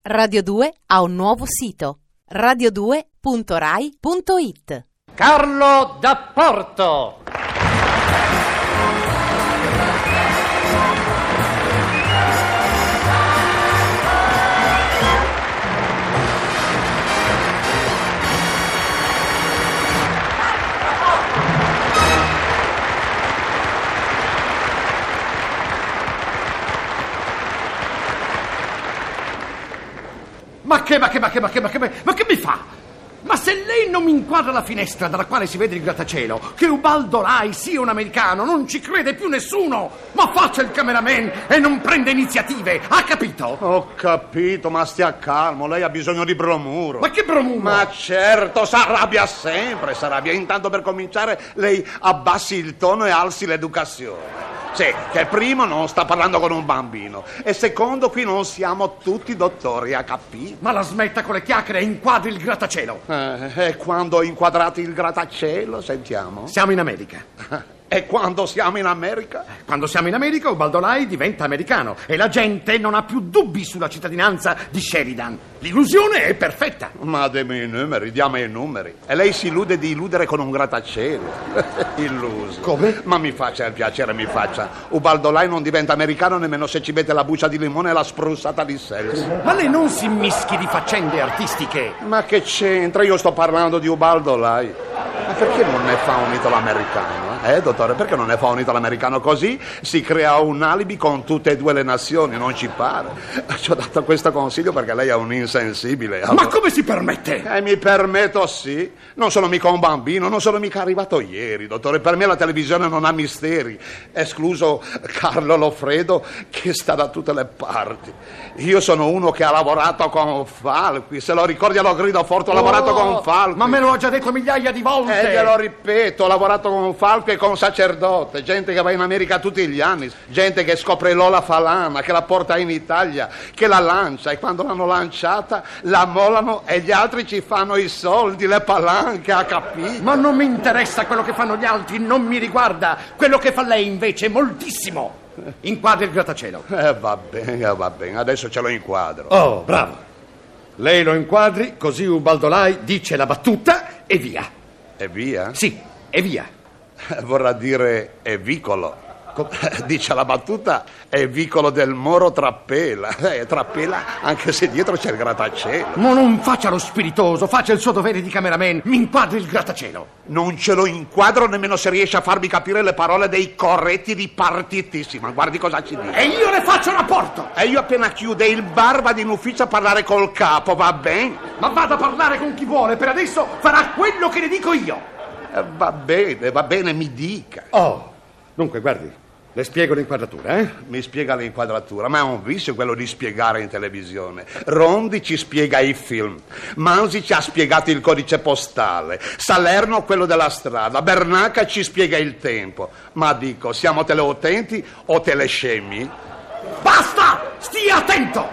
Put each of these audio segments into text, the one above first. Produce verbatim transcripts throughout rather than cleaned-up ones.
Radio due ha un nuovo sito: radio due punto rai punto it. Carlo D'Apporto. Ma che, ma che, ma che, ma che, ma che, ma che mi fa? Ma se lei non mi inquadra la finestra dalla quale si vede il grattacielo, che Ubaldo Lai sia un americano, non ci crede più nessuno. Ma faccia il cameraman e non prende iniziative, ha capito? Ho capito, ma stia calmo, lei ha bisogno di bromuro. Ma che bromuro? Ma certo, s'arrabbia sempre, s'arrabbia. Intanto per cominciare lei abbassi il tono e alzi l'educazione. Sì, che primo non sta parlando con un bambino e secondo qui non siamo tutti dottori, ha capito? Ma la smetta con le chiacchiere e inquadri il grattacielo. Eh, e quando inquadrati il grattacielo, sentiamo? Siamo in America. E quando siamo in America? Quando siamo in America, Ubaldo Lai diventa americano e la gente non ha più dubbi sulla cittadinanza di Sheridan. L'illusione è perfetta. Ma dammi i numeri, diamo i numeri. E lei si illude di illudere con un grattacielo. Illuso. Come? Ma mi faccia il piacere, mi faccia. Ubaldo Lai non diventa americano nemmeno se ci mette la buccia di limone e la spruzzata di selce. Ma lei non si mischi di faccende artistiche. Ma che c'entra? Io sto parlando di Ubaldo Lai. Ma perché non ne fa un italo americano? Eh, dottore, perché non ne fa un italo americano? Così si crea un alibi con tutte e due le nazioni, non ci pare? Ci ho dato questo consiglio perché lei è un insensibile. Allora... Ma come si permette? Eh, mi permetto, sì. Non sono mica un bambino, non sono mica arrivato ieri, dottore. Per me la televisione non ha misteri, escluso Carlo Loffredo che sta da tutte le parti. Io sono uno che ha lavorato con Falqui, se lo ricordi lo grido forte, ho oh, lavorato con Falqui. Ma me lo ha già detto migliaia di volte. E glielo ripeto, ho lavorato con Falqui e con Sacerdote, gente che va in America tutti gli anni, gente che scopre Lola Falana, che la porta in Italia, che la lancia e quando l'hanno lanciata la molano e gli altri ci fanno i soldi, le palanche, ha capito? Ma non mi interessa quello che fanno gli altri, non mi riguarda. Quello che fa lei invece è moltissimo. Inquadri il grattacielo. Eh va bene, va bene, adesso ce lo inquadro. Oh, bravo. Lei lo inquadri, così Ubaldo Lai dice la battuta e via. E via? Sì, e via. Vorrà dire è vicolo. Dice la battuta è vicolo del Moro Trappela. Eh, Trappela anche se dietro c'è il grattacielo. Ma non faccia lo spiritoso, faccia il suo dovere di cameraman. Mi inquadri il grattacielo. Non ce lo inquadro nemmeno se riesce a farmi capire le parole dei corretti di partitissima. Guardi cosa ci dice. E io le faccio rapporto. E io appena chiude il bar vado in ufficio a parlare col capo, va bene? Ma vada a parlare con chi vuole. Per adesso farà quello che le dico io. Eh, va bene, va bene, mi dica. Oh, dunque, guardi, le spiego l'inquadratura, eh? Mi spiega l'inquadratura, ma è un vizio quello di spiegare in televisione. Rondi ci spiega i film, Manzi ci ha spiegato il codice postale, Salerno quello della strada, Bernacca ci spiega il tempo. Ma dico, siamo teleutenti o telescemi? Basta! Stia attento!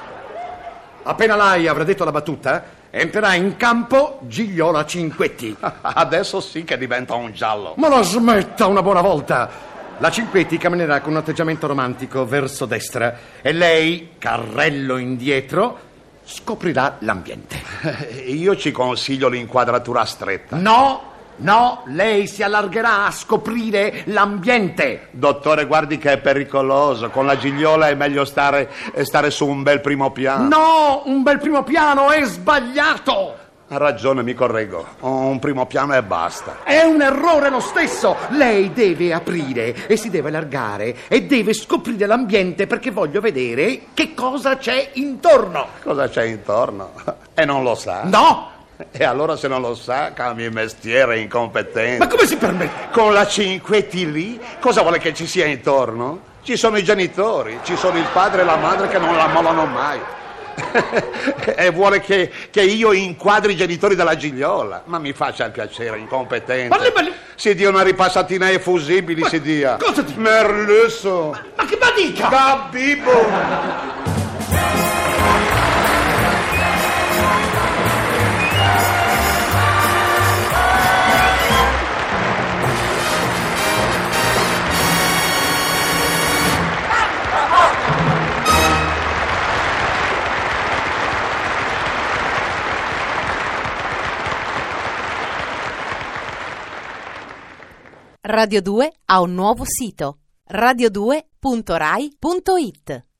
Appena lei avrà detto la battuta, entrerà in campo Gigliola Cinquetti. Adesso sì che diventa un giallo. Ma la smetta una buona volta. La Cinquetti camminerà con un atteggiamento romantico verso destra e lei, carrello indietro, scoprirà l'ambiente. Io ci consiglio l'inquadratura stretta. No, no, lei si allargherà a scoprire l'ambiente. Dottore, guardi che è pericoloso. Con la Gigliola è meglio stare, stare su un bel primo piano. No, un bel primo piano è sbagliato. Ha ragione, mi correggo. Un primo piano e basta. È un errore lo stesso. Lei deve aprire e si deve allargare e deve scoprire l'ambiente perché voglio vedere che cosa c'è intorno. Cosa c'è intorno? E non lo sa? No! E allora se non lo sa, cambi mestiere, incompetente. Ma come si permette? Con la Cinquetti lì, cosa vuole che ci sia intorno? Ci sono i genitori, ci sono il padre e la madre che non la mollano mai. E vuole che, che io inquadri i genitori della Gigliola. Ma mi faccia il piacere, incompetente. Ma le, ma le... Si dia una ripassatina ai fusibili, ma si dia. Cosa ti... Merlusso. Ma, ma che ma dica? Gabibo. Radio due ha un nuovo sito, radio due punto rai punto it.